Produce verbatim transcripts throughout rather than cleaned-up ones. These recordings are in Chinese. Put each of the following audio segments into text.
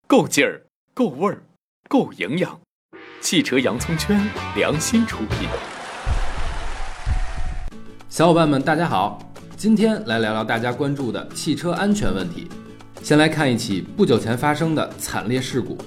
够劲儿，够味儿，够营养。汽车洋葱圈良心出品。 小伙伴们大家好，今天来聊聊大家关注的汽车安全问题。先来看一起不久前发生的惨烈事故。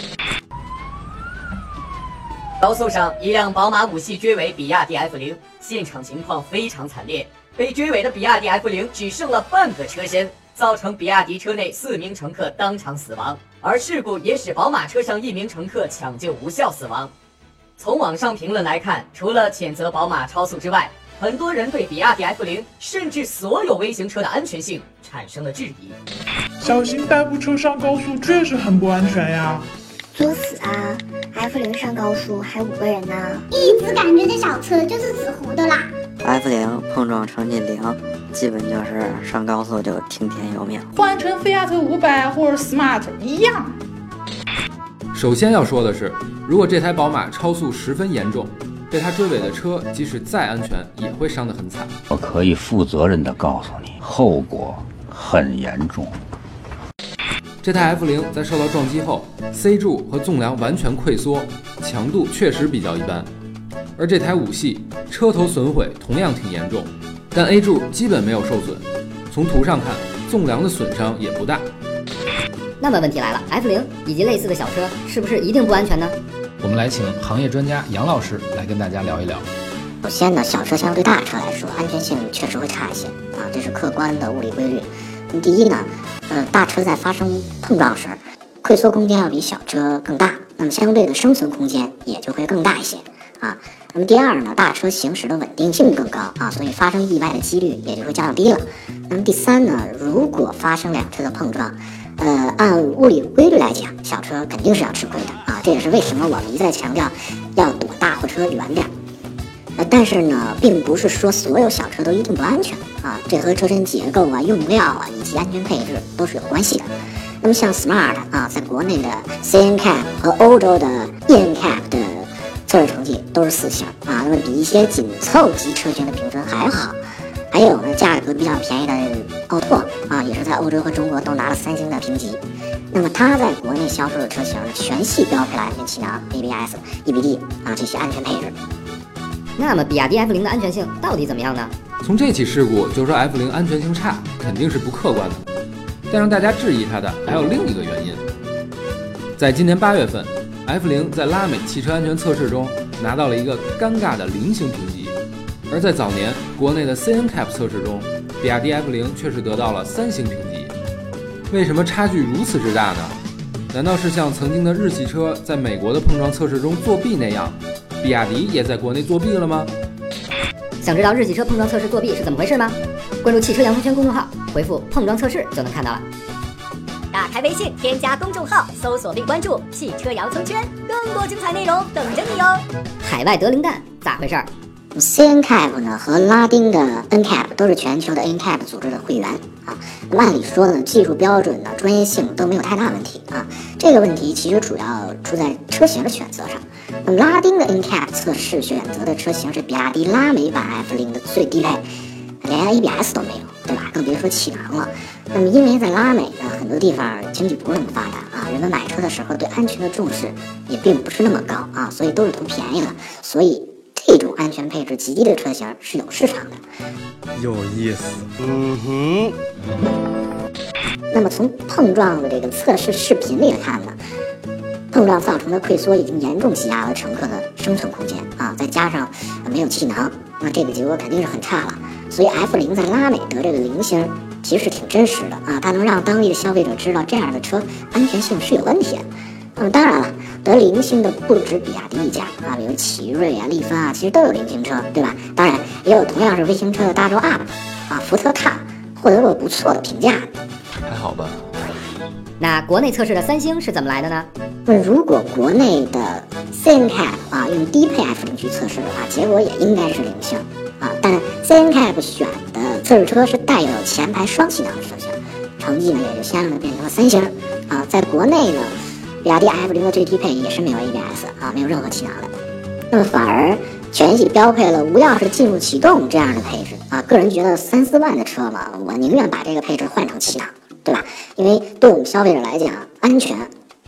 高速上，一辆宝马五系追尾比亚迪 F 零， 现场情况非常惨烈，被追尾的比亚迪 F 零 只剩了半个车身，造成比亚迪车内四名乘客当场死亡，而事故也使宝马车上一名乘客抢救无效死亡。从网上评论来看，除了谴责宝马超速之外，很多人对比亚迪 F 零 甚至所有微型车的安全性产生了质疑。 小型代步车上高速确实很不安全呀。 作死啊 ！F 零 上高速还五个人呢， 一直感觉这小车就是纸糊的啦。 F 零 碰撞成绩零，基本就是上高速就听天由命。 换成菲亚特五百或者 Smart 一样。 首先要说的是，如果这台宝马超速十分严重，被它追尾的车即使再安全，也会伤得很惨。 我可以负责任地告诉你，后果很严重。 这台 F 零 在受到撞击后 ，C 柱和纵梁完全溃缩，强度确实比较一般。而这台五系车头损毁同样挺严重，但 A 柱基本没有受损。从图上看，纵梁的损伤也不大。 那么问题来了 ，F 零 以及类似的小车是不是一定不安全呢？ 我们来请行业专家杨老师来跟大家聊一聊。 首先呢，小车相对大车来说，安全性确实会差一些啊，这是客观的物理规律。那么第一呢，呃，大车在发生碰撞时，溃缩空间要比小车更大，那么相对的生存空间也就会更大一些啊。那么第二呢，大车行驶的稳定性更高啊，所以发生意外的几率也就会降低了。那么第三呢，如果发生两车的碰撞，呃，按物理规律来讲，小车肯定是要吃亏的啊，这也是为什么我们一再强调要躲大货车远点。呃，但是呢，并不是说所有小车都一定不安全啊，这和车身结构啊、用料啊以及安全配置都是有关系的。那么像 Smart 啊，在国内的 C N C A P 和欧洲的 E N C A P 的测试成绩都是四星啊，那么比一些紧凑级车型的评分还好。还有呢，价格比较便宜的奥拓啊，也是在欧洲和中国都拿了三星的评级。那么它在国内销售的车型呢，全系标配了安全气囊、A B S、E B D 啊这些安全配置。 那么比亚迪 F 零 的安全性到底怎么样呢？ 从这起事故就说 F 零 安全性差，肯定是不客观的。但让大家质疑它的还有另一个原因。在今年八月份 ，F 零 在拉美汽车安全测试中拿到了一个尴尬的零星评级。而在早年国内的 C N C A P 测试中，比亚迪 F 零 却是得到了三星评级。为什么差距如此之大呢？难道是像曾经的日系车在美国的碰撞测试中作弊那样，比亚迪也在国内作弊了吗？ 想知道日系车碰撞测试作弊是怎么回事吗？关注汽车洋葱圈公众号，回复碰撞测试就能看到了。 打开微信，添加公众号，搜索并关注汽车洋葱圈，更多精彩内容等着你哟。 海外得零蛋咋回事 ？C N C A P 呢和拉丁的 N C A P 都是全球的 N C A P 组织的会员啊。那么按理说呢，技术标准呢、专业性都没有太大问题啊。这个问题其实主要出在车型的选择上。那么拉丁的 N C A P 测试选择的车型是比亚迪拉美版 F 零 的最低配，连 A B S 都没有，对吧？更别说气囊了。那么因为在拉美呢，很多地方经济不是那么发达啊，人们买车的时候对安全的重视也并不是那么高啊，所以都是图便宜了，所以这种安全配置极低的车型是有市场的。 有意思。嗯哼。 那么从碰撞的这个测试视频里看呢，碰撞造成的溃缩已经严重挤压了乘客的生存空间啊，再加上没有气囊，那这个结果肯定是很差了。所以 F 零 在拉美得这个零星，其实是挺真实的啊，它能让当地的消费者知道这样的车安全性是有问题的。那么当然了，得零星的不止比亚迪一家啊，比如奇瑞啊、力帆啊，其实都有零星车，对吧？当然也有同样是微型车的大洲 U P 啊、福特 Car 获得过不错的评价。 还好吧。 那国内测试的三星是怎么来的呢？ 那如果国内的 C N C A P 啊用低配 F 零 去测试的话，结果也应该是零星啊。但 C N C A P 选的测试车是带有前排双气囊的车型，成绩呢也就相应的变成了三星啊。在国内呢，比亚迪 F 零 的最低配也是没有 A B S 啊，没有任何气囊的。那么反而全系标配了无钥匙进入启动这样的配置啊。个人觉得三四万的车嘛，我宁愿把这个配置换成气囊，对吧？因为对我们消费者来讲，安全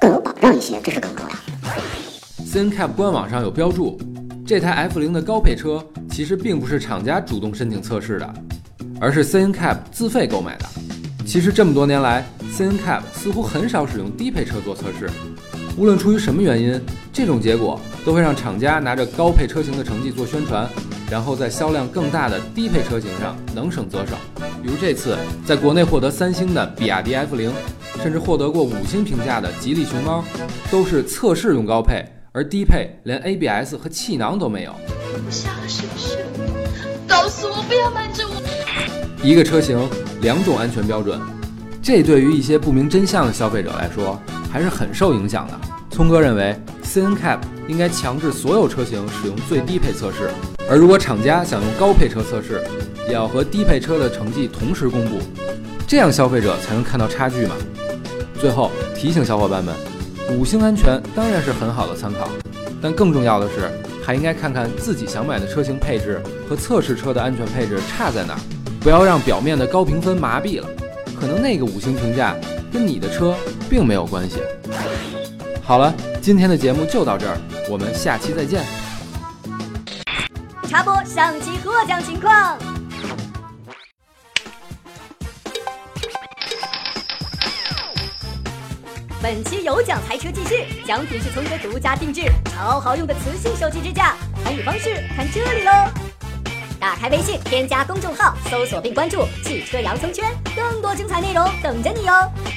更有保障一些，这是更重要。 C N C A P 官网上有标注，这台 F 零 的高配车其实并不是厂家主动申请测试的，而是 C N C A P 自费购买的。其实这么多年来 ，C N C A P 似乎很少使用低配车做测试。无论出于什么原因，这种结果都会让厂家拿着高配车型的成绩做宣传，然后在销量更大的低配车型上能省则省。比如这次在国内获得三星的比亚迪 F 零，甚至获得过五星评价的吉利熊猫，都是测试用高配，而低配连 A B S 和气囊都没有。 我瞎了是不是？告诉我不要瞒着我。 一个车型两种安全标准，这对于一些不明真相的消费者来说还是很受影响的。聪哥认为 C N C A P 应该强制所有车型使用最低配测试，而如果厂家想用高配车测试，也要和低配车的成绩同时公布，这样消费者才能看到差距嘛。最后提醒小伙伴们，五星安全当然是很好的参考，但更重要的是还应该看看自己想买的车型配置和测试车的安全配置差在哪儿，不要让表面的高评分麻痹了，可能那个五星评价跟你的车并没有关系。好了，今天的节目就到这儿，我们下期再见。 插播上期获奖情况。本期有奖猜车记事，奖品是聪哥独家定制、超好用的磁性手机支架。参与方式看这里喽！打开微信，添加公众号，搜索并关注“汽车洋葱圈”，更多精彩内容等着你哦。